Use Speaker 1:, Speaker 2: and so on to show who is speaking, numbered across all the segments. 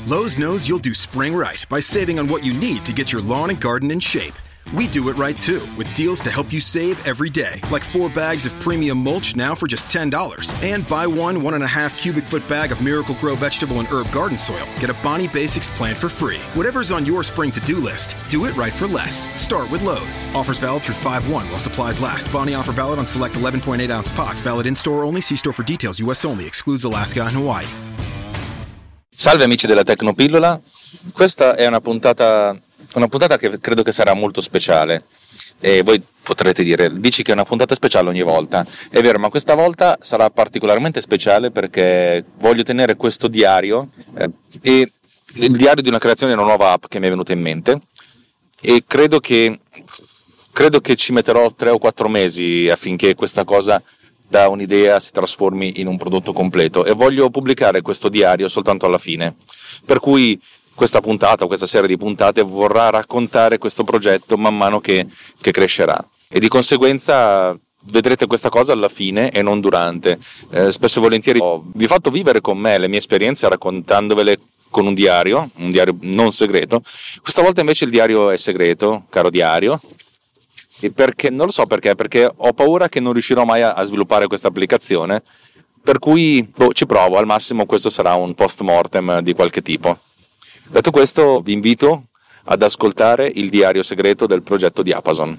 Speaker 1: Lowe's knows you'll do spring right by saving on what you need to get your lawn and garden in shape. We do it right too, with deals to help you save every day, like 4 bags of premium mulch now for just $10. And buy 1.5 cubic foot bag of Miracle-Gro vegetable and herb garden soil. Get a Bonnie Basics plant for free. Whatever's on your spring to-do list, do it right for less. Start with Lowe's. Offers valid through 5/1 while supplies last. Bonnie offer valid on select 11.8-ounce pots. Valid in-store only. See store for details. U.S. only. Excludes Alaska and Hawaii.
Speaker 2: Salve amici della Tecnopillola, questa è una puntata che credo che sarà molto speciale e voi potrete dire, dici che è una puntata speciale ogni volta, è vero, ma questa volta sarà particolarmente speciale perché voglio tenere questo diario e il diario di una creazione di una nuova app che mi è venuta in mente e credo che ci metterò 3 o 4 mesi affinché questa cosa da un'idea si trasformi in un prodotto completo e voglio pubblicare questo diario soltanto alla fine, per cui questa puntata o questa serie di puntate vorrà raccontare questo progetto man mano che crescerà e di conseguenza vedrete questa cosa alla fine e non durante. Spesso e volentieri vi ho fatto vivere con me le mie esperienze raccontandovele con un diario non segreto. Questa volta invece il diario è segreto, caro diario. E perché non lo so perché ho paura che non riuscirò mai a sviluppare questa applicazione, per cui ci provo, al massimo questo sarà un post mortem di qualche tipo. Detto questo, vi invito ad ascoltare il diario segreto del progetto Diapason.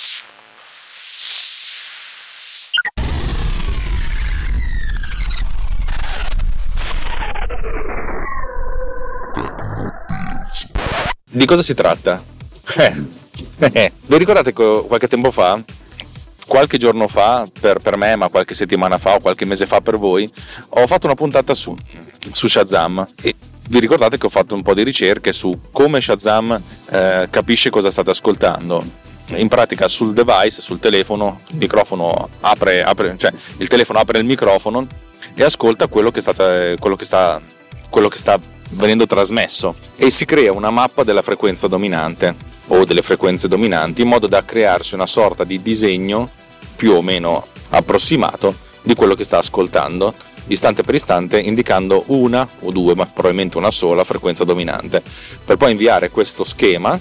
Speaker 2: Di cosa si tratta? Vi ricordate che qualche tempo fa, qualche giorno fa per me, ma qualche settimana fa o qualche mese fa per voi, ho fatto una puntata su Shazam e vi ricordate che ho fatto un po' di ricerche su come Shazam capisce cosa state ascoltando. In pratica sul device, sul telefono, il microfono cioè il telefono apre il microfono e ascolta quello che sta venendo trasmesso e si crea una mappa della frequenza dominante o delle frequenze dominanti in modo da crearsi una sorta di disegno più o meno approssimato di quello che sta ascoltando istante per istante, indicando una o due, ma probabilmente una sola frequenza dominante, per poi inviare questo schema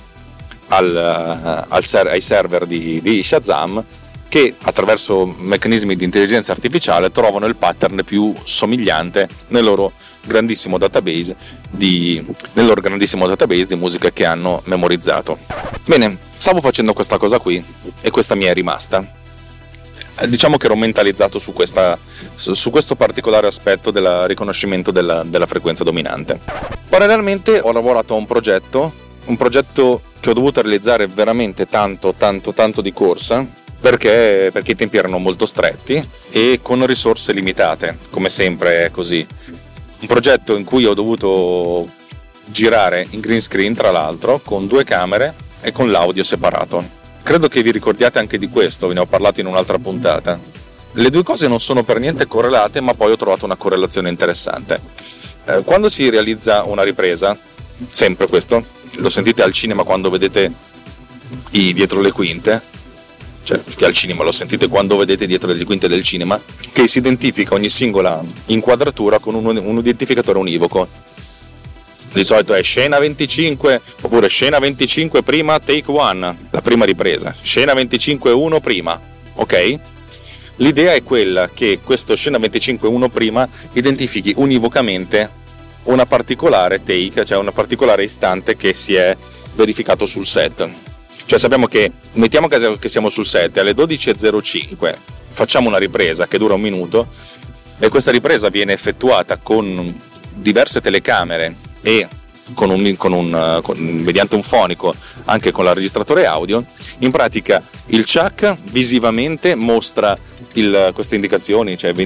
Speaker 2: ai server di Shazam, che attraverso meccanismi di intelligenza artificiale trovano il pattern più somigliante nel loro grandissimo database di musica che hanno memorizzato. Bene, stavo facendo questa cosa qui e questa mi è rimasta. Diciamo che ero mentalizzato su questo particolare aspetto del riconoscimento della frequenza dominante. Parallelamente ho lavorato a un progetto che ho dovuto realizzare veramente tanto di corsa, perché i tempi erano molto stretti e con risorse limitate, come sempre è così. Un progetto in cui ho dovuto girare in green screen, tra l'altro, con 2 camere e con l'audio separato. Credo che vi ricordiate anche di questo, ve ne ho parlato in un'altra puntata. Le 2 cose non sono per niente correlate, ma poi ho trovato una correlazione interessante. Quando si realizza una ripresa, sempre questo, lo sentite al cinema quando vedete i dietro le quinte, cioè che al cinema lo sentite quando vedete dietro le quinte del cinema, che si identifica ogni singola inquadratura con un identificatore univoco. Di solito è scena 25 oppure scena 25 prima take 1, la prima ripresa, scena 25 1 prima, ok? L'idea è quella che questo scena 25 1 prima identifichi univocamente una particolare take, cioè una particolare istante che si è verificato sul set. Cioè sappiamo che, mettiamo che siamo sul set, alle 12.05 facciamo una ripresa che dura 1 minuto e questa ripresa viene effettuata con diverse telecamere e mediante un fonico anche con il registratore audio. In pratica il Chuck visivamente mostra queste indicazioni, cioè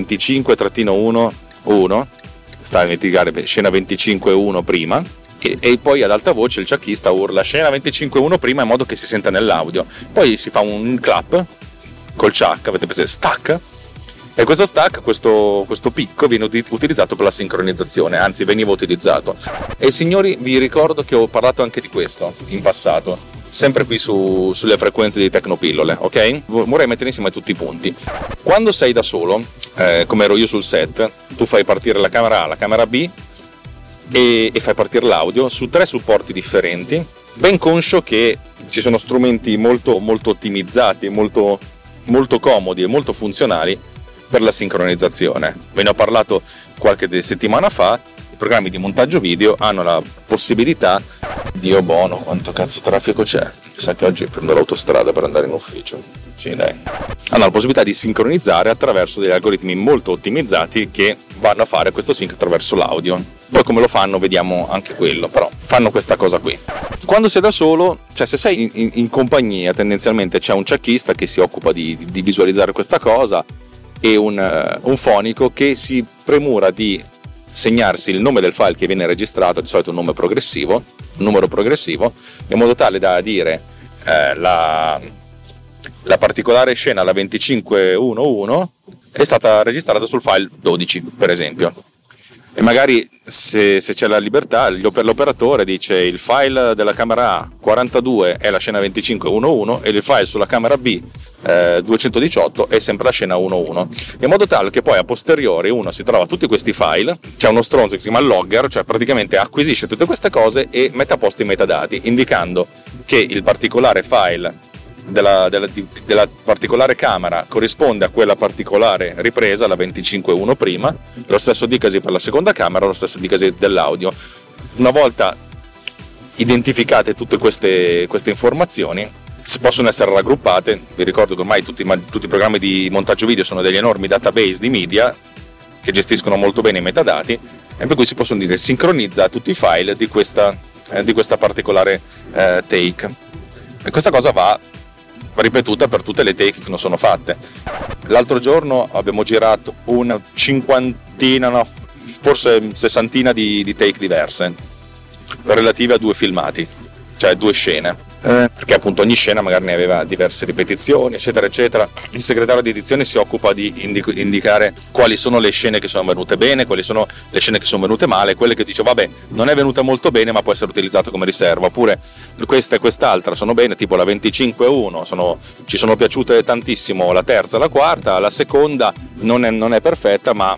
Speaker 2: 25-1 sta a indicare scena 25-1 prima e poi ad alta voce il chuckista urla scena 25-1 prima in modo che si senta nell'audio. Poi si fa un clap col Chuck, avete preso stack, e questo stack, questo picco viene utilizzato per la sincronizzazione, anzi veniva utilizzato. E signori, vi ricordo che ho parlato anche di questo in passato, sempre qui sulle frequenze di Tecnopillole, ok? Vorrei mettere insieme tutti i punti. Quando sei da solo, come ero io sul set, tu fai partire la camera A, la camera B, e fai partire l'audio su 3 supporti differenti, ben conscio che ci sono strumenti molto, molto ottimizzati, molto, molto comodi e molto funzionali per la sincronizzazione. Ve ne ho parlato qualche settimana fa. I programmi di montaggio video hanno la possibilità, Dio buono, quanto cazzo traffico c'è, mi sa che oggi prendo l'autostrada per andare in ufficio, sì dai, hanno la possibilità di sincronizzare attraverso degli algoritmi molto ottimizzati che vanno a fare questo sync attraverso l'audio. Poi come lo fanno vediamo anche quello, però fanno questa cosa qui. Quando sei da solo, cioè se sei in compagnia, tendenzialmente c'è un checkista che si occupa di visualizzare questa cosa e un fonico che si premura di segnarsi il nome del file che viene registrato, di solito un numero progressivo, in modo tale da dire la particolare scena, la 2511, è stata registrata sul file 12, per esempio. E magari se c'è la libertà, l'operatore dice il file della camera A 42 è la scena 2511 e il file sulla camera B 218 è sempre la scena 11, in modo tale che poi a posteriori uno si trova tutti questi file, c'è uno stronzo che si chiama logger, cioè praticamente acquisisce tutte queste cose e mette a posto i metadati, indicando che il particolare file della particolare camera corrisponde a quella particolare ripresa, la 25.1 prima, lo stesso dicasi per la seconda camera, lo stesso dicasi dell'audio. Una volta identificate tutte queste informazioni, possono essere raggruppate. Vi ricordo che ormai tutti i programmi di montaggio video sono degli enormi database di media che gestiscono molto bene i metadati, e per cui si possono dire sincronizza tutti i file di questa particolare take, e questa cosa va ripetuta per tutte le take che non sono fatte. L'altro giorno abbiamo girato una cinquantina, no, forse sessantina di take diverse relative a 2 filmati, cioè 2 scene, perché appunto ogni scena magari ne aveva diverse ripetizioni, eccetera eccetera. Il segretario di edizione si occupa di indicare quali sono le scene che sono venute bene, quali sono le scene che sono venute male, quelle che dice vabbè non è venuta molto bene ma può essere utilizzato come riserva, oppure questa e quest'altra sono bene, tipo la 25.1 ci sono piaciute tantissimo, la terza, la quarta, la seconda non è perfetta ma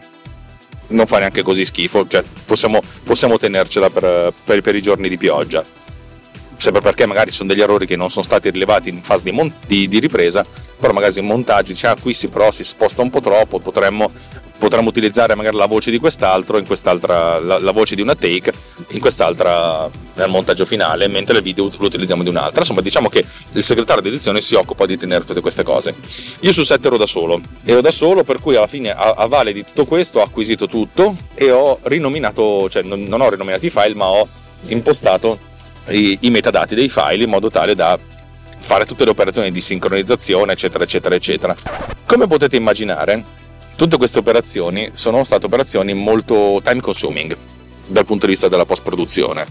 Speaker 2: non fa neanche così schifo, cioè possiamo tenercela per i giorni di pioggia. Sempre perché magari sono degli errori che non sono stati rilevati in fase di ripresa, però magari in montaggio dice qui si sposta un po' troppo, potremmo utilizzare magari la voce di quest'altro, in quest'altra la voce di una take, in quest'altra nel montaggio finale, mentre il video lo utilizziamo di un'altra. Insomma, diciamo che il segretario di edizione si occupa di tenere tutte queste cose. Io sul set ero da solo, per cui alla fine a valle di tutto questo ho acquisito tutto e ho rinominato, cioè non ho rinominato i file ma ho impostato i metadati dei file in modo tale da fare tutte le operazioni di sincronizzazione, eccetera eccetera eccetera. Come potete immaginare, tutte queste operazioni sono state operazioni molto time consuming dal punto di vista della post produzione.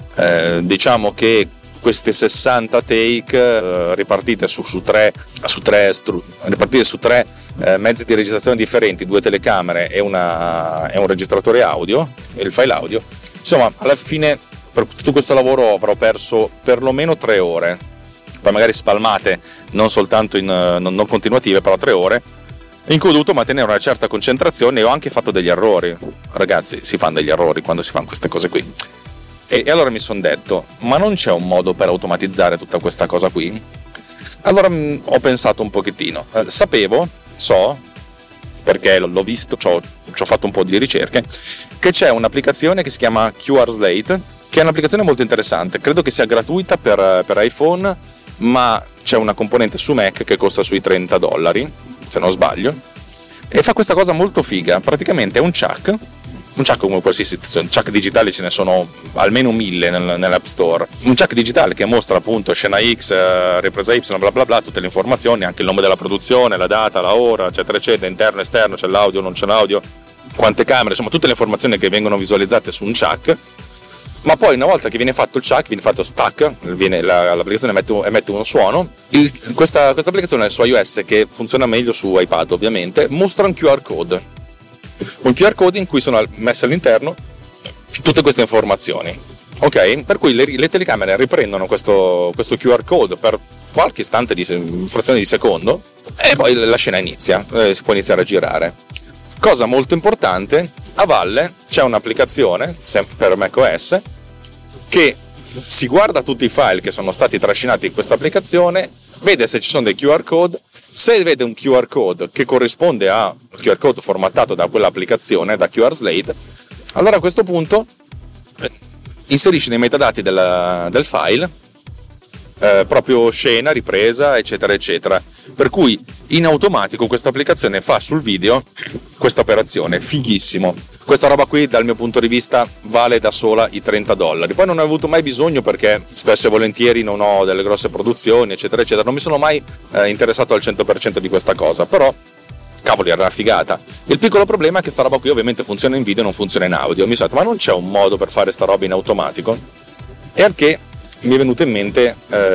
Speaker 2: Diciamo che queste 60 take ripartite su tre mezzi di registrazione differenti, 2 telecamere e un registratore audio e il file audio, insomma alla fine per tutto questo lavoro avrò perso perlomeno 3 ore, poi magari spalmate, non soltanto non continuative, però 3 ore, in cui ho dovuto mantenere una certa concentrazione e ho anche fatto degli errori. Ragazzi, si fanno degli errori quando si fanno queste cose qui. E allora mi sono detto, ma non c'è un modo per automatizzare tutta questa cosa qui? Allora ho pensato un pochettino. So, perché l'ho visto, ci ho fatto un po' di ricerche, che c'è un'applicazione che si chiama QR Slate, che è un'applicazione molto interessante. Credo che sia gratuita per iPhone, ma c'è una componente su Mac che costa sui $30, se non sbaglio, e fa questa cosa molto figa. Praticamente è un chuck come qualsiasi situazione. Chuck digitali ce ne sono almeno 1000 nell'App Store. Un chuck digitale che mostra appunto scena X, ripresa Y, bla bla bla, tutte le informazioni, anche il nome della produzione, la data, la ora, eccetera eccetera, interno, esterno, c'è l'audio, non c'è l'audio, quante camere, insomma tutte le informazioni che vengono visualizzate su un chuck. Ma poi una volta che viene fatto il chuck, viene fatto stack, l'applicazione emette uno suono. Questa applicazione su iOS, che funziona meglio su iPad ovviamente, mostra un QR code in cui sono messe all'interno tutte queste informazioni, ok? Per cui le telecamere riprendono questo QR code per qualche istante di frazione di secondo e poi la scena inizia, si può iniziare a girare. Cosa molto importante, a valle c'è un'applicazione sempre per macOS che si guarda tutti i file che sono stati trascinati in questa applicazione, vede se ci sono dei QR code. Se vede un QR code che corrisponde a QR code formattato da quell'applicazione, da QR Slate, allora a questo punto inserisce nei metadati del file proprio scena, ripresa, eccetera eccetera, per cui in automatico questa applicazione fa sul video questa operazione. Fighissimo, questa roba qui dal mio punto di vista vale da sola i $30. Poi non ne ho avuto mai bisogno perché spesso e volentieri non ho delle grosse produzioni, eccetera eccetera, non mi sono mai interessato al 100% di questa cosa, però cavoli, era una figata. Il piccolo problema è che sta roba qui ovviamente funziona in video e non funziona in audio. Mi sono detto, ma non c'è un modo per fare sta roba in automatico? E anche mi è venuto in mente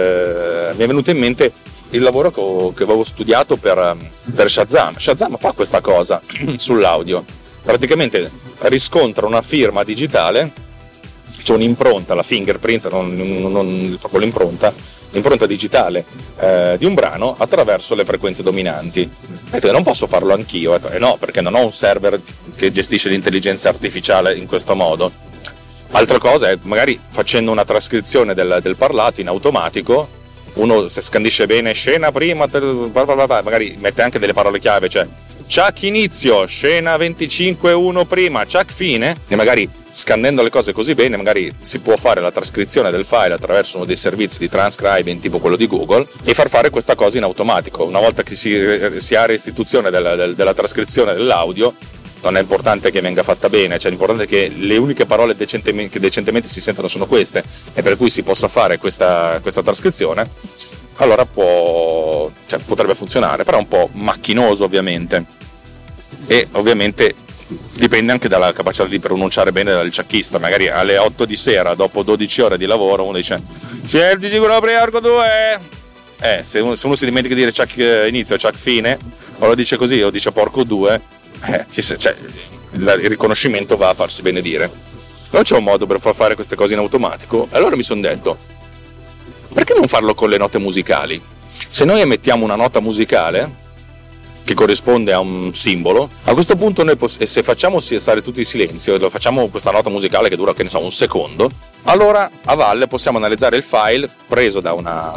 Speaker 2: il lavoro che avevo studiato per Shazam. Shazam fa questa cosa sull'audio, praticamente riscontra una firma digitale, c'è un'impronta, la fingerprint, non proprio l'impronta digitale di un brano attraverso le frequenze dominanti. Ho detto, non posso farlo anch'io? Ho detto, no, perché non ho un server che gestisce l'intelligenza artificiale in questo modo. Altra cosa è magari facendo una trascrizione del parlato in automatico, uno se scandisce bene scena prima, magari mette anche delle parole chiave, cioè Chuck inizio, scena 25:1 prima, Chuck fine, e magari scandendo le cose così bene magari si può fare la trascrizione del file attraverso uno dei servizi di transcribing tipo quello di Google e far fare questa cosa in automatico. Una volta che si ha restituzione della trascrizione dell'audio, non è importante che venga fatta bene, cioè l'importante è che le uniche parole che decentemente si sentono sono queste, e per cui si possa fare questa trascrizione, allora potrebbe funzionare, però è un po' macchinoso ovviamente, e ovviamente dipende anche dalla capacità di pronunciare bene del ciacchista. Magari alle 8 di sera, dopo 12 ore di lavoro, uno dice "Senti sicuro per arco 2". Se uno si dimentica di dire Chuck inizio, Chuck fine, o lo dice così o dice porco 2, il riconoscimento va a farsi benedire. Non c'è un modo per far fare queste cose in automatico? Allora mi sono detto, perché non farlo con le note musicali? Se noi emettiamo una nota musicale che corrisponde a un simbolo, a questo punto noi se facciamo stare tutti in silenzio e lo facciamo questa nota musicale che dura, che ne so, un secondo, allora a valle possiamo analizzare il file preso dal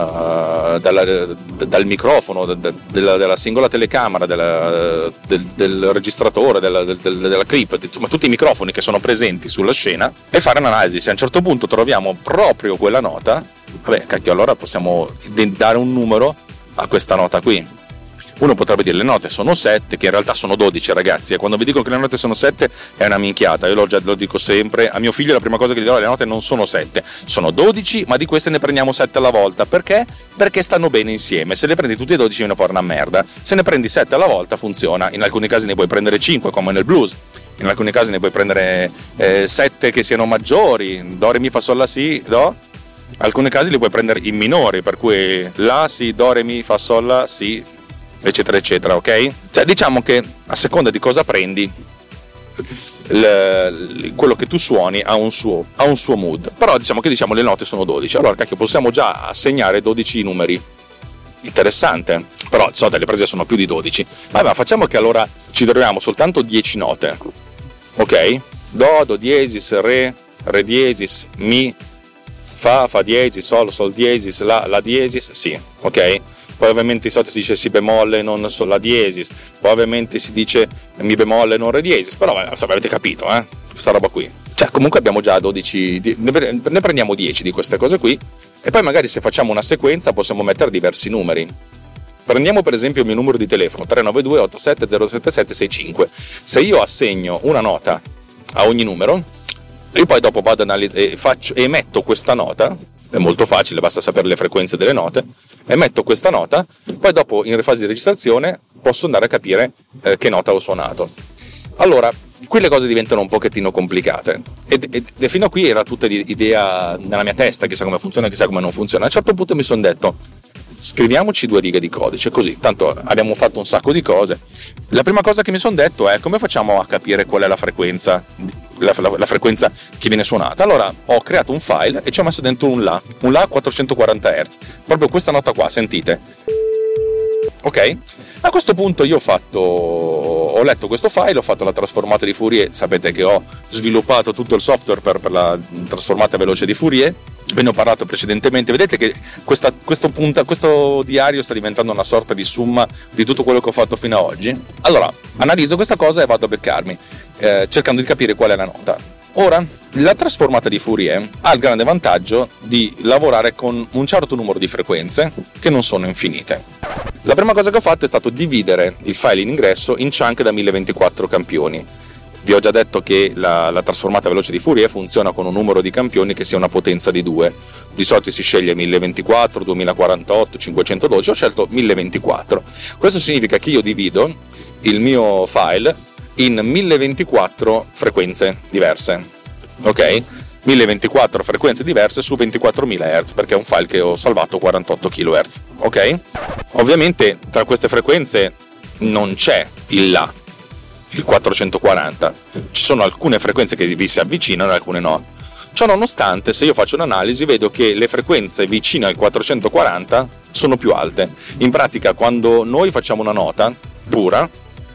Speaker 2: microfono della singola telecamera, del registratore, della clip, insomma tutti i microfoni che sono presenti sulla scena, e fare un'analisi. Se a un certo punto troviamo proprio quella nota, allora possiamo dare un numero a questa nota qui. Uno potrebbe dire le note sono 7, che in realtà sono 12, ragazzi, e quando vi dico che le note sono 7 è una minchiata. Io lo dico sempre a mio figlio, la prima cosa che gli do: le note non sono 7, sono 12, ma di queste ne prendiamo 7 alla volta. Perché? Perché stanno bene insieme. Se le prendi tutti e 12 viene fuori una merda. Se ne prendi 7 alla volta funziona. In alcuni casi ne puoi prendere 5, come nel blues. In alcuni casi ne puoi prendere 7 che siano maggiori, do, re, mi, fa, sol, la, si, do. In alcuni casi li puoi prendere in minori, per cui la, si, do, re, mi, fa, sol, la, si, eccetera eccetera, ok? Cioè diciamo che a seconda di cosa prendi, quello che tu suoni ha un suo mood. Però diciamo le note sono 12, allora cacchio, possiamo già assegnare 12 numeri. Interessante, però le prese sono più di 12. Ma facciamo che allora ci troviamo soltanto 10 note, ok? Do diesis, re diesis, mi, fa diesis, sol diesis, la diesis, si, ok? Poi ovviamente di solito si dice si bemolle non sol la diesis, poi ovviamente si dice mi bemolle non re diesis, però avete capito, questa roba qui. Cioè comunque abbiamo già 12, ne prendiamo 10 di queste cose qui, e poi magari se facciamo una sequenza possiamo mettere diversi numeri. Prendiamo per esempio il mio numero di telefono 392 87 077 65. Se io assegno una nota a ogni numero e poi dopo vado ad analizzare e metto questa nota, è molto facile, basta sapere le frequenze delle note, emetto questa nota, poi dopo in fase di registrazione posso andare a capire che nota ho suonato. Allora, qui le cose diventano un pochettino complicate, e fino a qui era tutta l'idea nella mia testa, chissà come funziona, chissà come non funziona. A un certo punto mi sono detto, scriviamoci 2 righe di codice, così tanto abbiamo fatto un sacco di cose. La prima cosa che mi sono detto è: come facciamo a capire qual è la frequenza che viene suonata? Allora ho creato un file e ci ho messo dentro un La a 440 Hz, proprio questa nota qua, sentite, Ok? A questo punto io ho letto questo file, ho fatto la trasformata di Fourier. Sapete che ho sviluppato tutto il software per la trasformata veloce di Fourier. Ve ne ho parlato precedentemente. Vedete che questo diario sta diventando una sorta di somma di tutto quello che ho fatto fino ad oggi. Allora, analizzo questa cosa e vado a beccarmi, cercando di capire qual è la nota. Ora, la trasformata di Fourier ha il grande vantaggio di lavorare con un certo numero di frequenze che non sono infinite. La prima cosa che ho fatto è stato dividere il file in ingresso in chunk da 1024 campioni. Vi ho già detto che la trasformata veloce di Fourier funziona con un numero di campioni che sia una potenza di 2. Di solito si sceglie 1024, 2048, 512, ho scelto 1024. Questo significa che io divido il mio file in 1024 frequenze diverse, ok? 1024 frequenze diverse su 24.000 Hz, perché è un file che ho salvato 48 kHz, ok? Ovviamente tra queste frequenze non c'è il La, il 440, ci sono alcune frequenze che vi si avvicinano e alcune no. Ciò nonostante, se io faccio un'analisi vedo che le frequenze vicine al 440 sono più alte. In pratica, quando noi facciamo una nota pura,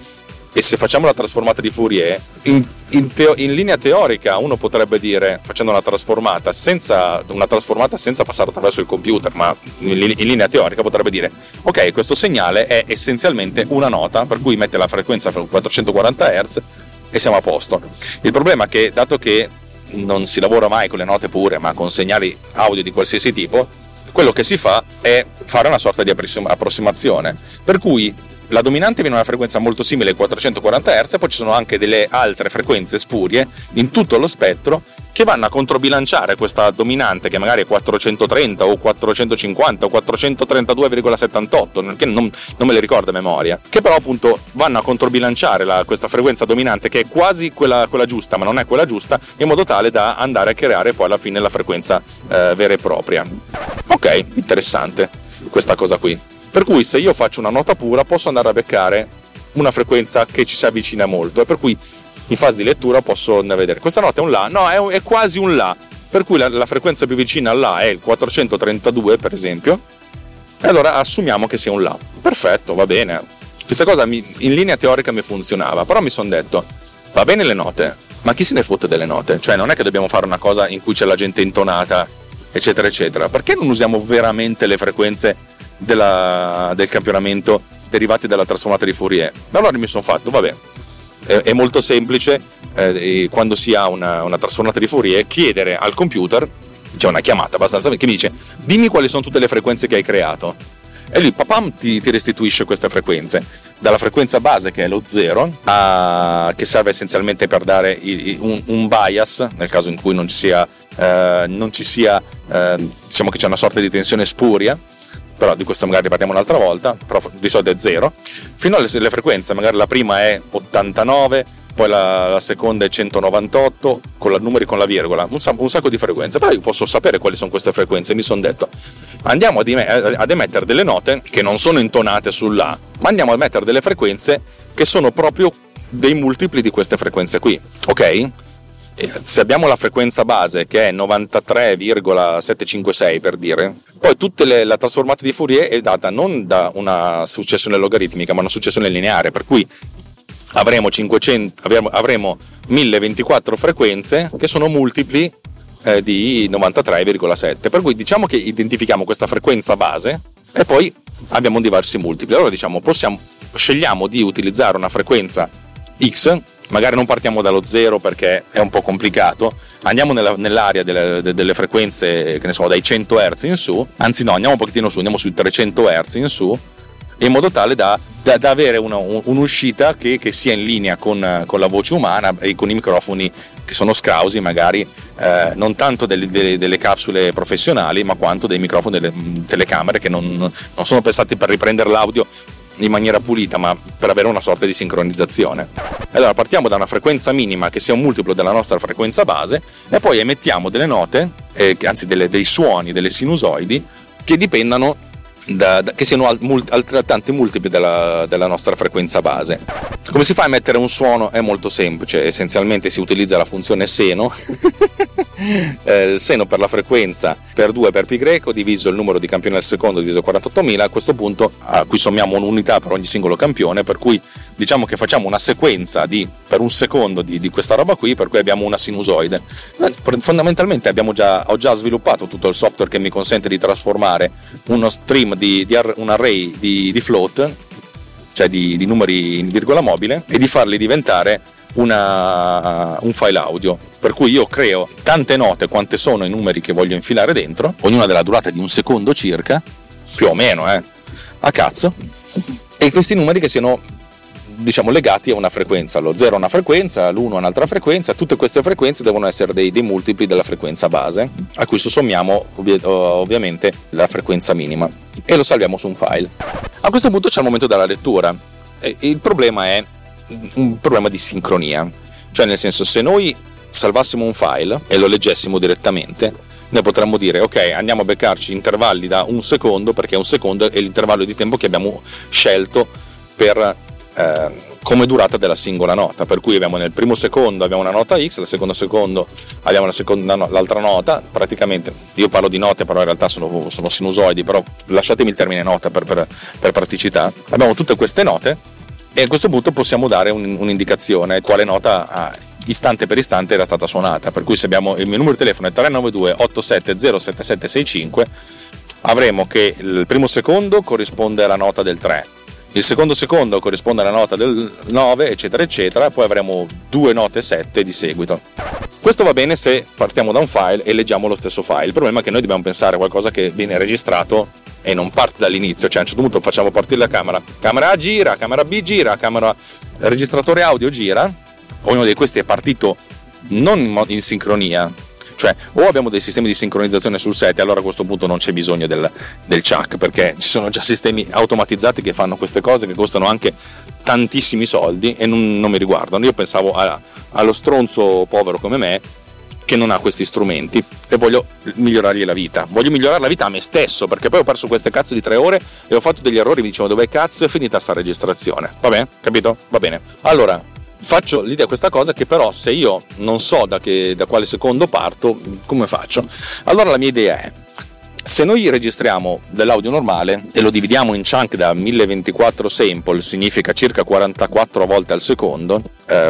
Speaker 2: e se facciamo la trasformata di Fourier, in linea teorica uno potrebbe dire, facendo una trasformata senza passare attraverso il computer, ma in linea teorica potrebbe dire ok, questo segnale è essenzialmente una nota, per cui mette la frequenza 440 Hz e siamo a posto. Il problema è che, dato che non si lavora mai con le note pure ma con segnali audio di qualsiasi tipo, quello che si fa è fare una sorta di approssimazione, per cui la dominante viene una frequenza molto simile ai 440 Hz, e poi ci sono anche delle altre frequenze spurie in tutto lo spettro che vanno a controbilanciare questa dominante, che magari è 430 o 450 o 432,78, che non me le ricordo a memoria, che però appunto vanno a controbilanciare questa frequenza dominante, che è quasi quella giusta ma non è quella giusta, in modo tale da andare a creare poi alla fine la frequenza vera e propria. Ok, interessante questa cosa qui. Per cui se io faccio una nota pura posso andare a beccare una frequenza che ci si avvicina molto, e per cui in fase di lettura posso andare a vedere questa nota è un La, no, è quasi un La, per cui la frequenza più vicina al La è il 432 per esempio, e allora assumiamo che sia un La. Perfetto, va bene, questa cosa in linea teorica mi funzionava, però mi sono detto va bene le note, ma chi se ne fotte delle note? Cioè non è che dobbiamo fare una cosa in cui c'è la gente intonata eccetera eccetera, perché non usiamo veramente le frequenze del campionamento derivati dalla trasformata di Fourier? Allora mi sono fatto, vabbè, è molto semplice, quando si ha una trasformata di Fourier, chiedere al computer, c'è una chiamata abbastanza che mi dice dimmi quali sono tutte le frequenze che hai creato, e lui papam ti restituisce queste frequenze, dalla frequenza base che è lo 0 che serve essenzialmente per dare un bias nel caso in cui non ci sia diciamo che c'è una sorta di tensione spuria, però di questo magari parliamo un'altra volta, però di solito è 0, fino alle frequenze, magari la prima è 89, poi la seconda è 198, con i numeri con la virgola, un sacco di frequenze, però io posso sapere quali sono queste frequenze. Mi sono detto andiamo ad emettere delle note che non sono intonate sull'A, ma andiamo a emettere delle frequenze che sono proprio dei multipli di queste frequenze qui, ok? Se abbiamo la frequenza base che è 93,756 per dire, poi la trasformata di Fourier è data non da una successione logaritmica ma una successione lineare, per cui avremo 1024 frequenze che sono multipli di 93,7, per cui diciamo che identifichiamo questa frequenza base e poi abbiamo diversi multipli. Allora diciamo scegliamo di utilizzare una frequenza X, magari non partiamo dallo 0 perché è un po' complicato, andiamo nell'area delle frequenze, che ne so, dai 100 Hz in su, anzi no, andiamo un pochettino su, andiamo sui 300 Hz in su, in modo tale da avere un'uscita che sia in linea con la voce umana e con i microfoni che sono scrausi, magari non tanto delle capsule professionali ma quanto dei microfoni delle telecamere che non sono pensati per riprendere l'audio in maniera pulita ma per avere una sorta di sincronizzazione. Allora partiamo da una frequenza minima che sia un multiplo della nostra frequenza base e poi emettiamo delle note, anzi dei suoni, delle sinusoidi che dipendano che siano altrettanti multipli della nostra frequenza base. Come si fa a emettere un suono? È molto semplice, essenzialmente si utilizza la funzione seno il seno per la frequenza per 2 per pi greco diviso il numero di campioni al secondo diviso 48.000. A questo punto a cui sommiamo un'unità per ogni singolo campione, per cui diciamo che facciamo una sequenza per un secondo di questa roba qui, per cui abbiamo una sinusoide. Fondamentalmente ho già sviluppato tutto il software che mi consente di trasformare uno stream un array di float, cioè di numeri in virgola mobile, e di farli diventare un file audio, per cui io creo tante note quante sono i numeri che voglio infilare dentro, ognuna della durata di un secondo circa, più o meno a cazzo, e questi numeri che siano diciamo legati a una frequenza. Lo 0 è una frequenza, l'1 è un'altra frequenza. Tutte queste frequenze devono essere dei multipli della frequenza base, a cui sossommiamo ovviamente la frequenza minima, e lo salviamo su un file. A questo punto c'è il momento della lettura. Il problema è un problema di sincronia, cioè nel senso, se noi salvassimo un file e lo leggessimo direttamente, noi potremmo dire ok, andiamo a beccarci intervalli da un secondo, perché un secondo è l'intervallo di tempo che abbiamo scelto per come durata della singola nota, per cui abbiamo nel primo secondo abbiamo una nota X, nel secondo secondo abbiamo l'altra nota. Praticamente io parlo di note, però in realtà sono sinusoidi, però lasciatemi il termine nota per praticità. Abbiamo tutte queste note e a questo punto possiamo dare un'indicazione quale nota istante per istante era stata suonata, per cui se abbiamo il mio numero di telefono è 392 87 07765, avremo che il primo secondo corrisponde alla nota del 3, il secondo secondo corrisponde alla nota del 9, eccetera eccetera, e poi avremo 2 note 7 di seguito. Questo va bene se partiamo da un file e leggiamo lo stesso file. Il problema è che noi dobbiamo pensare a qualcosa che viene registrato e non parte dall'inizio, cioè a un certo punto facciamo partire la camera A gira, camera B gira, registratore audio gira, ognuno di questi è partito non in sincronia, cioè o abbiamo dei sistemi di sincronizzazione sul set, e allora a questo punto non c'è bisogno del chuck, perché ci sono già sistemi automatizzati che fanno queste cose, che costano anche tantissimi soldi e non mi riguardano. Io pensavo allo stronzo povero come me che non ha questi strumenti e voglio migliorargli la vita, voglio migliorare la vita a me stesso, perché poi ho perso queste cazzo di 3 ore e ho fatto degli errori, mi dicevano dove cazzo è finita sta registrazione. Va bene? Capito? Va bene. Allora faccio l'idea questa cosa, che però se io non so da quale secondo parto, come faccio? Allora la mia idea è: se noi registriamo dell'audio normale e lo dividiamo in chunk da 1024 sample, significa circa 44 volte al secondo,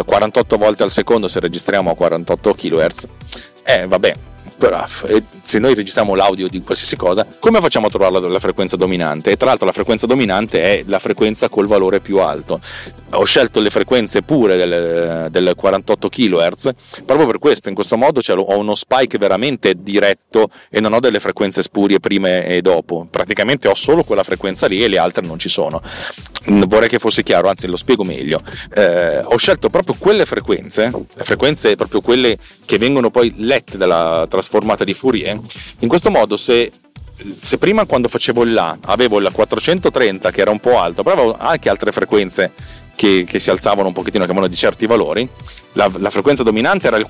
Speaker 2: 48 volte al secondo se registriamo a 48 kHz, vabbè, però se noi registriamo l'audio di qualsiasi cosa, come facciamo a trovare la frequenza dominante? E tra l'altro la frequenza dominante è la frequenza col valore più alto. Ho scelto le frequenze pure del 48 kHz proprio per questo. In questo modo ho uno spike veramente diretto e non ho delle frequenze spurie prima e dopo. Praticamente ho solo quella frequenza lì e le altre non ci sono. Vorrei che fosse chiaro, anzi lo spiego meglio. Ho scelto proprio quelle frequenze, le frequenze proprio quelle che vengono poi lette dalla trasformata di Fourier. In questo modo se prima, quando facevo il La, avevo il 430 che era un po' alto, però avevo anche altre frequenze che si alzavano un pochettino, che avevano di certi valori, la frequenza dominante era il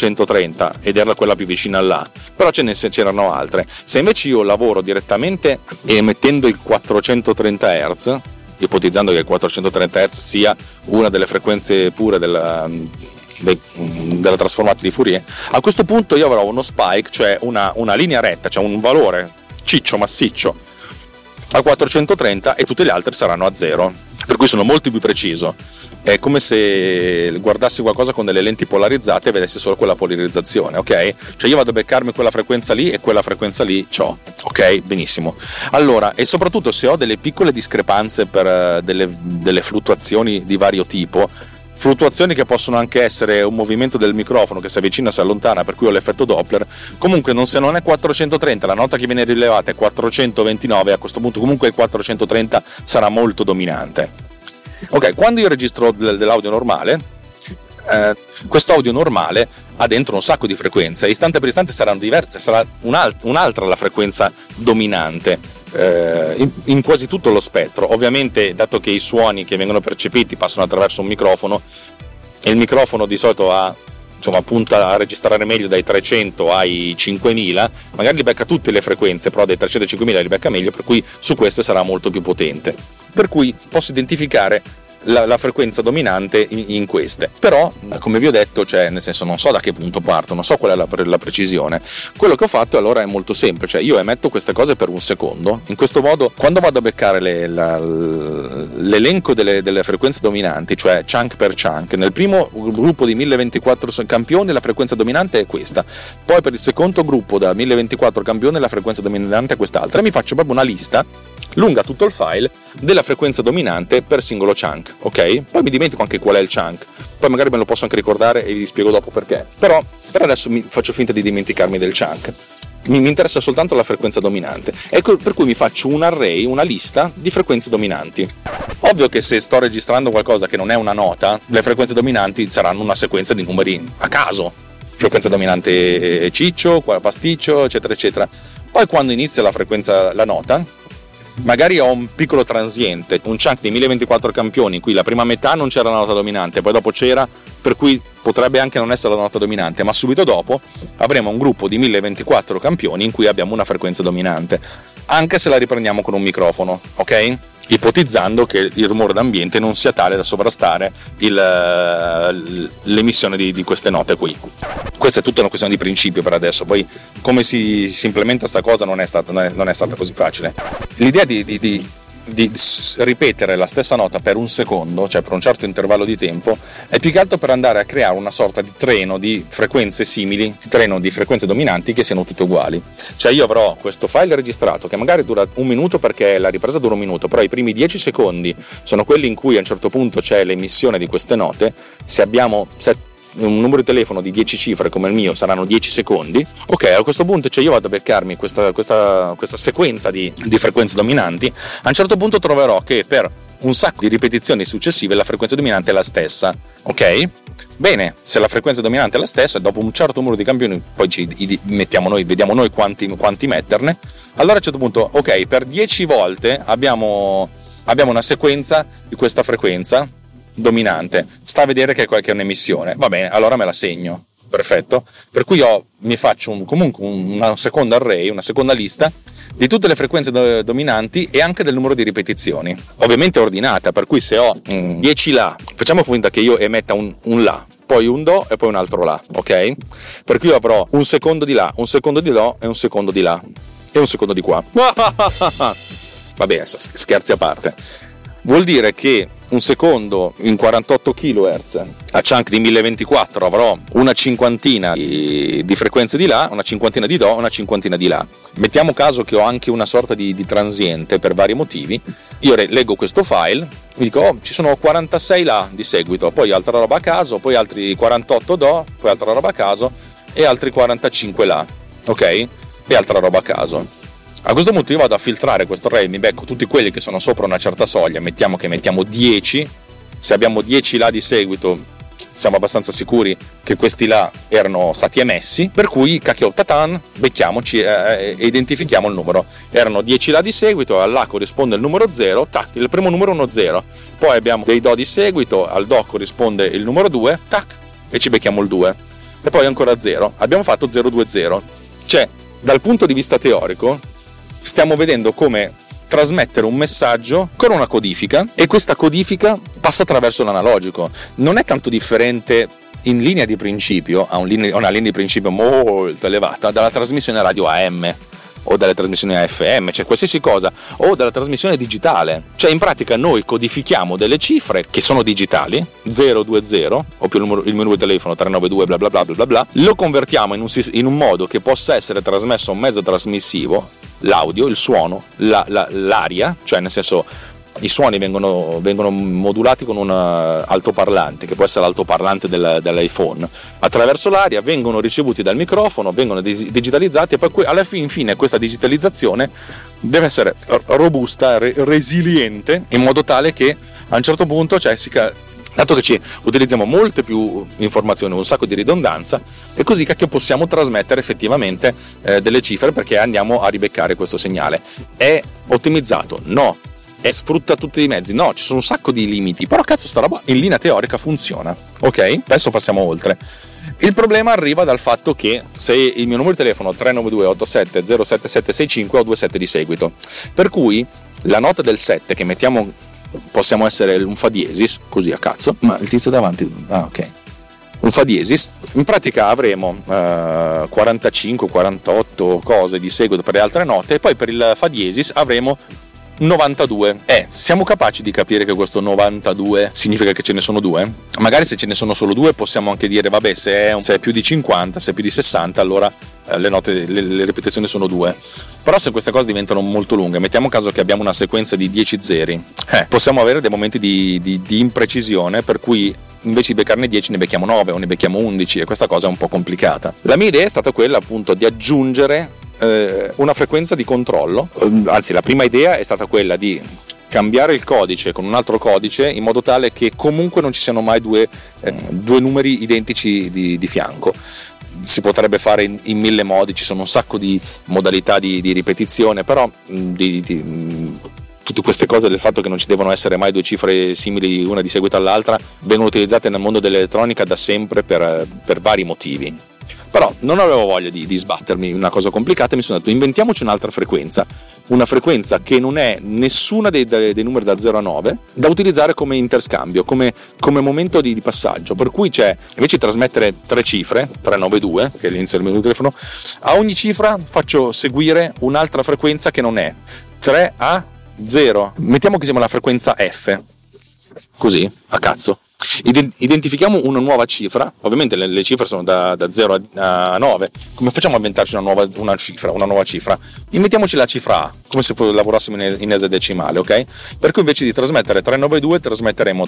Speaker 2: 430 ed era quella più vicina al La, però c'erano altre. Se invece io lavoro direttamente emettendo il 430 Hz, ipotizzando che il 430 Hz sia una delle frequenze pure della trasformata di Fourier, a questo punto io avrò uno spike, cioè una linea retta, cioè un valore ciccio massiccio a 430 e tutte le altre saranno a 0, per cui sono molto più preciso. È come se guardassi qualcosa con delle lenti polarizzate e vedessi solo quella polarizzazione, ok? Cioè io vado a beccarmi quella frequenza lì e quella frequenza lì c'ho, ok? Benissimo. Allora, e soprattutto se ho delle piccole discrepanze per delle fluttuazioni di vario tipo, fluttuazioni che possono anche essere un movimento del microfono che si avvicina, si allontana, per cui ho l'effetto Doppler. Comunque se non è 430, la nota che viene rilevata è 429, a questo punto comunque il 430 sarà molto dominante. Ok, quando io registro dell'audio normale, questo audio normale ha dentro un sacco di frequenze, istante per istante saranno diverse, sarà un'altra la frequenza dominante in quasi tutto lo spettro. Ovviamente, dato che i suoni che vengono percepiti passano attraverso un microfono, e il microfono di solito ha insomma punta a registrare meglio dai 300 ai 5000, magari li becca tutte le frequenze, però dai 300 ai 5000 li becca meglio, per cui su queste sarà molto più potente, per cui posso identificare la frequenza dominante in queste. Però, come vi ho detto, cioè, nel senso, non so da che punto parto, non so qual è la precisione. Quello che ho fatto allora è molto semplice: io emetto queste cose per un secondo. In questo modo, quando vado a beccare l'elenco delle frequenze dominanti, cioè chunk per chunk, nel primo gruppo di 1024 campioni la frequenza dominante è questa, poi per il secondo gruppo da 1024 campioni la frequenza dominante è quest'altra, e mi faccio proprio una lista lunga tutto il file della frequenza dominante per singolo chunk, ok? Poi mi dimentico anche qual è il chunk, poi magari me lo posso anche ricordare e vi spiego dopo perché, però per adesso faccio finta di dimenticarmi del chunk. Mi interessa soltanto la frequenza dominante, ecco, per cui mi faccio un array, una lista di frequenze dominanti. Ovvio che se sto registrando qualcosa che non è una nota, le frequenze dominanti saranno una sequenza di numeri a caso, frequenza dominante ciccio, pasticcio, eccetera eccetera. Poi quando inizia la nota, magari ho un piccolo transiente, un chunk di 1024 campioni in cui la prima metà non c'era la nota dominante, poi dopo c'era, per cui potrebbe anche non essere la nota dominante, ma subito dopo avremo un gruppo di 1024 campioni in cui abbiamo una frequenza dominante, anche se la riprendiamo con un microfono, ok? Ipotizzando che il rumore d'ambiente non sia tale da sovrastare l'emissione di queste note qui. Questa è tutta una questione di principio per adesso, poi come si implementa sta cosa non è stata così facile. L'idea di ripetere la stessa nota per un secondo, cioè per un certo intervallo di tempo, è più che altro per andare a creare una sorta di treno di frequenze simili, treno di frequenze dominanti che siano tutte uguali. Cioè io avrò questo file registrato che magari dura un minuto, perché la ripresa dura un minuto, però i primi 10 secondi sono quelli in cui a un certo punto c'è l'emissione di queste note. Se abbiamo un numero di telefono di 10 cifre come il mio, saranno 10 secondi. Ok, a questo punto, cioè, io vado a beccarmi questa sequenza di frequenze dominanti. A un certo punto troverò che per un sacco di ripetizioni successive la frequenza dominante è la stessa, ok? Bene, se la frequenza dominante è la stessa, dopo un certo numero di campioni, poi mettiamo noi, vediamo noi quanti metterne, allora a un certo punto, ok, per 10 volte abbiamo una sequenza di questa frequenza dominante, sta a vedere che è un'emissione, va bene, allora me la segno, perfetto, per cui mi faccio comunque una seconda array, una seconda lista di tutte le frequenze dominanti e anche del numero di ripetizioni, ovviamente ordinata, per cui se ho 10 La, facciamo finta che io emetta un La, poi un Do e poi un altro La, ok? Per cui io avrò un secondo di La, un secondo di Do e un secondo di La e un secondo di qua. Va bene, scherzi a parte. Vuol dire che un secondo in 48 kHz a chunk di 1024 avrò una cinquantina di frequenze di La, una cinquantina di Do, una cinquantina di La. Mettiamo caso che ho anche una sorta di transiente per vari motivi. Io leggo questo file, mi dico ci sono 46 La di seguito, poi altra roba a caso, poi altri 48 Do, poi altra roba a caso e altri 45 La, ok? E altra roba a caso. A questo punto io vado a filtrare questo array, mi becco tutti quelli che sono sopra una certa soglia, mettiamo 10, se abbiamo 10 La di seguito siamo abbastanza sicuri che questi là erano stati emessi, per cui cacchio, tatan, becchiamoci e identifichiamo il numero. Erano 10 là di seguito, all'A corrisponde il numero 0, tac, il primo numero è uno 0, poi abbiamo dei Do di seguito, al Do corrisponde il numero 2, tac, e ci becchiamo il 2, e poi ancora 0, abbiamo fatto 020. Cioè, dal punto di vista teorico, stiamo vedendo come trasmettere un messaggio con una codifica, e questa codifica passa attraverso l'analogico. Non è tanto differente in linea di principio, a una linea di principio molto elevata, dalla trasmissione radio AM o dalle trasmissioni AFM, cioè qualsiasi cosa, o dalla trasmissione digitale. Cioè in pratica noi codifichiamo delle cifre che sono digitali, 020 o più il numero di telefono 392 bla bla bla bla bla, lo convertiamo in un modo che possa essere trasmesso a un mezzo trasmissivo, l'audio, il suono, l'aria, cioè nel senso i suoni vengono modulati con un altoparlante, che può essere l'altoparlante dell'iPhone, attraverso l'aria, vengono ricevuti dal microfono, vengono digitalizzati, e poi alla fine questa digitalizzazione deve essere robusta, resiliente, in modo tale che a un certo punto, cioè dato che ci utilizziamo molte più informazioni, un sacco di ridondanza, è così che possiamo trasmettere effettivamente delle cifre, perché andiamo a ribeccare questo segnale. È ottimizzato? No. e sfrutta tutti i mezzi. No, ci sono un sacco di limiti, però cazzo sta roba in linea teorica funziona, ok? Adesso passiamo oltre. Il problema arriva dal fatto che se il mio numero di telefono 392 87 07765 ho 2 7 di seguito, per cui la nota del 7 che mettiamo possiamo essere un fa diesis, così a cazzo, ma il tizio davanti, ok, un fa diesis, in pratica avremo 45, 48 cose di seguito per le altre note, e poi per il fa diesis avremo 92. Siamo capaci di capire che questo 92 significa che ce ne sono due? Magari se ce ne sono solo due possiamo anche dire vabbè, se è più di 50, se è più di 60, allora le note, le ripetizioni sono due. Però se queste cose diventano molto lunghe, mettiamo caso che abbiamo una sequenza di 10 zeri, possiamo avere dei momenti di imprecisione, per cui invece di beccarne 10 ne becchiamo 9 o ne becchiamo 11, e questa cosa è un po' complicata. La mia idea è stata quella appunto di aggiungere una frequenza di controllo, anzi la prima idea è stata quella di cambiare il codice con un altro codice in modo tale che comunque non ci siano mai due numeri identici di fianco. Si potrebbe fare in 1000 modi, ci sono un sacco di modalità di ripetizione, però tutte queste cose del fatto che non ci devono essere mai due cifre simili una di seguito all'altra vengono utilizzate nel mondo dell'elettronica da sempre per vari motivi. Però non avevo voglia di sbattermi in una cosa complicata, mi sono detto inventiamoci un'altra frequenza, una frequenza che non è nessuna dei numeri da 0 a 9 da utilizzare come interscambio, come momento di passaggio, per cui c'è, invece di trasmettere 3 cifre, 392 che è l'inizio del mio telefono, a ogni cifra faccio seguire un'altra frequenza che non è 3 a 0, mettiamo che siamo la frequenza F, così a cazzo. Identifichiamo una nuova cifra, ovviamente le cifre sono da 0 a 9, come facciamo a inventarci una nuova cifra? Inventiamoci la cifra A, come se lavorassimo in esadecimale, ok? Per cui invece di trasmettere 392 trasmetteremo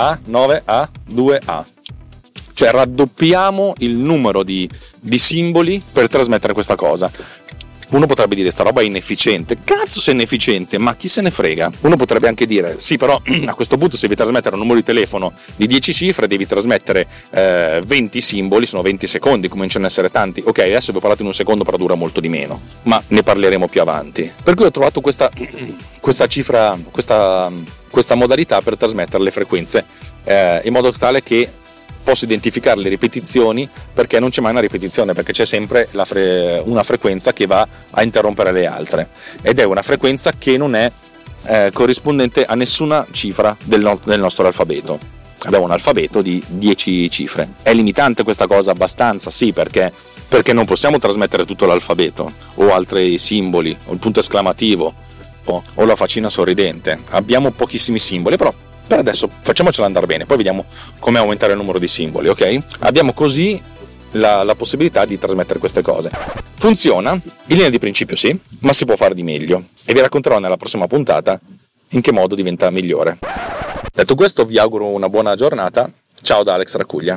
Speaker 2: 3A9A2A, cioè raddoppiamo il numero di simboli per trasmettere questa cosa. Uno potrebbe dire sta roba è inefficiente. Cazzo se è inefficiente, ma chi se ne frega? Uno potrebbe anche dire sì, però a questo punto se devi trasmettere un numero di telefono di 10 cifre devi trasmettere 20 simboli, sono 20 secondi, cominciano ad essere tanti. Ok, adesso vi ho parlato in un secondo, però dura molto di meno, ma ne parleremo più avanti. Per cui ho trovato questa cifra, questa modalità per trasmettere le frequenze in modo tale che posso identificare le ripetizioni, perché non c'è mai una ripetizione, perché c'è sempre una frequenza che va a interrompere le altre, ed è una frequenza che non è corrispondente a nessuna cifra del nostro alfabeto. Abbiamo un alfabeto di 10 cifre. È limitante questa cosa abbastanza, sì, perché non possiamo trasmettere tutto l'alfabeto o altri simboli o il punto esclamativo o la faccina sorridente. Abbiamo pochissimi simboli, però per adesso facciamocela andare bene, poi vediamo come aumentare il numero di simboli, ok? Abbiamo così la possibilità di trasmettere queste cose. Funziona, in linea di principio sì, ma si può fare di meglio, e vi racconterò nella prossima puntata in che modo diventa migliore. Detto questo, vi auguro una buona giornata. Ciao da Alex Raccuglia.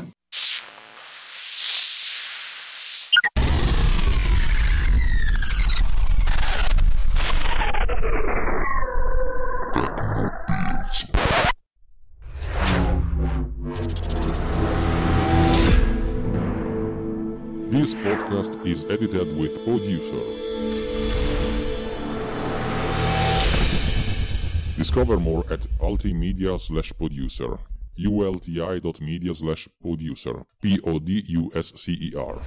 Speaker 3: This podcast is edited with Producer. Discover more at ultimedia/producer. ulti.media/producer. PODUSCER.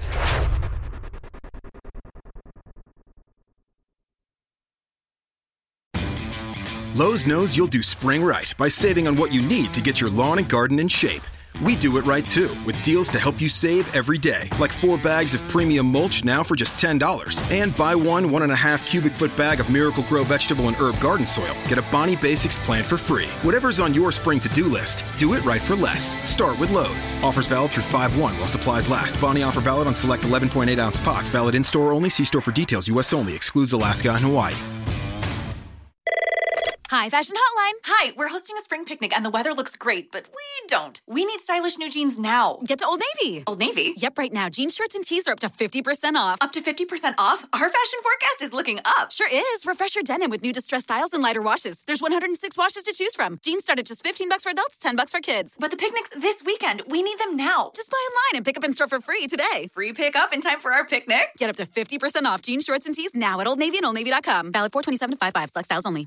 Speaker 1: Lowe's knows you'll do spring right by saving on what you need to get your lawn and garden in shape. We do it right too, with deals to help you save every day, like 4 bags of premium mulch now for just $10. And buy 1.5 cubic foot bag of Miracle-Gro vegetable and herb garden soil. Get a Bonnie Basics plan for free. Whatever's on your spring to-do list, do it right for less. Start with Lowe's. Offers valid through 5/1 while supplies last. Bonnie offer valid on select 11.8-ounce pots. Valid in-store only. See store for details. U.S. only. Excludes Alaska and Hawaii.
Speaker 4: Hi, Fashion Hotline. Hi, we're hosting a spring picnic and the weather looks great, but we don't. We need stylish new jeans now.
Speaker 5: Get to Old Navy.
Speaker 4: Old Navy?
Speaker 5: Yep, right now. Jeans, shirts, and tees are up to 50% off.
Speaker 4: Up to 50% off? Our fashion forecast is looking up.
Speaker 5: Sure is. Refresh your denim with new distressed styles and lighter washes. There's 106 washes to choose from. Jeans start at just $15 for adults, $10 for kids.
Speaker 4: But the picnic's this weekend. We need them now.
Speaker 5: Just buy online and pick up in store for free today.
Speaker 4: Free pickup in time for our picnic?
Speaker 5: Get up to 50% off jeans, shorts, and tees now at Old Navy and OldNavy.com. Valid 4/27/55. Select styles only.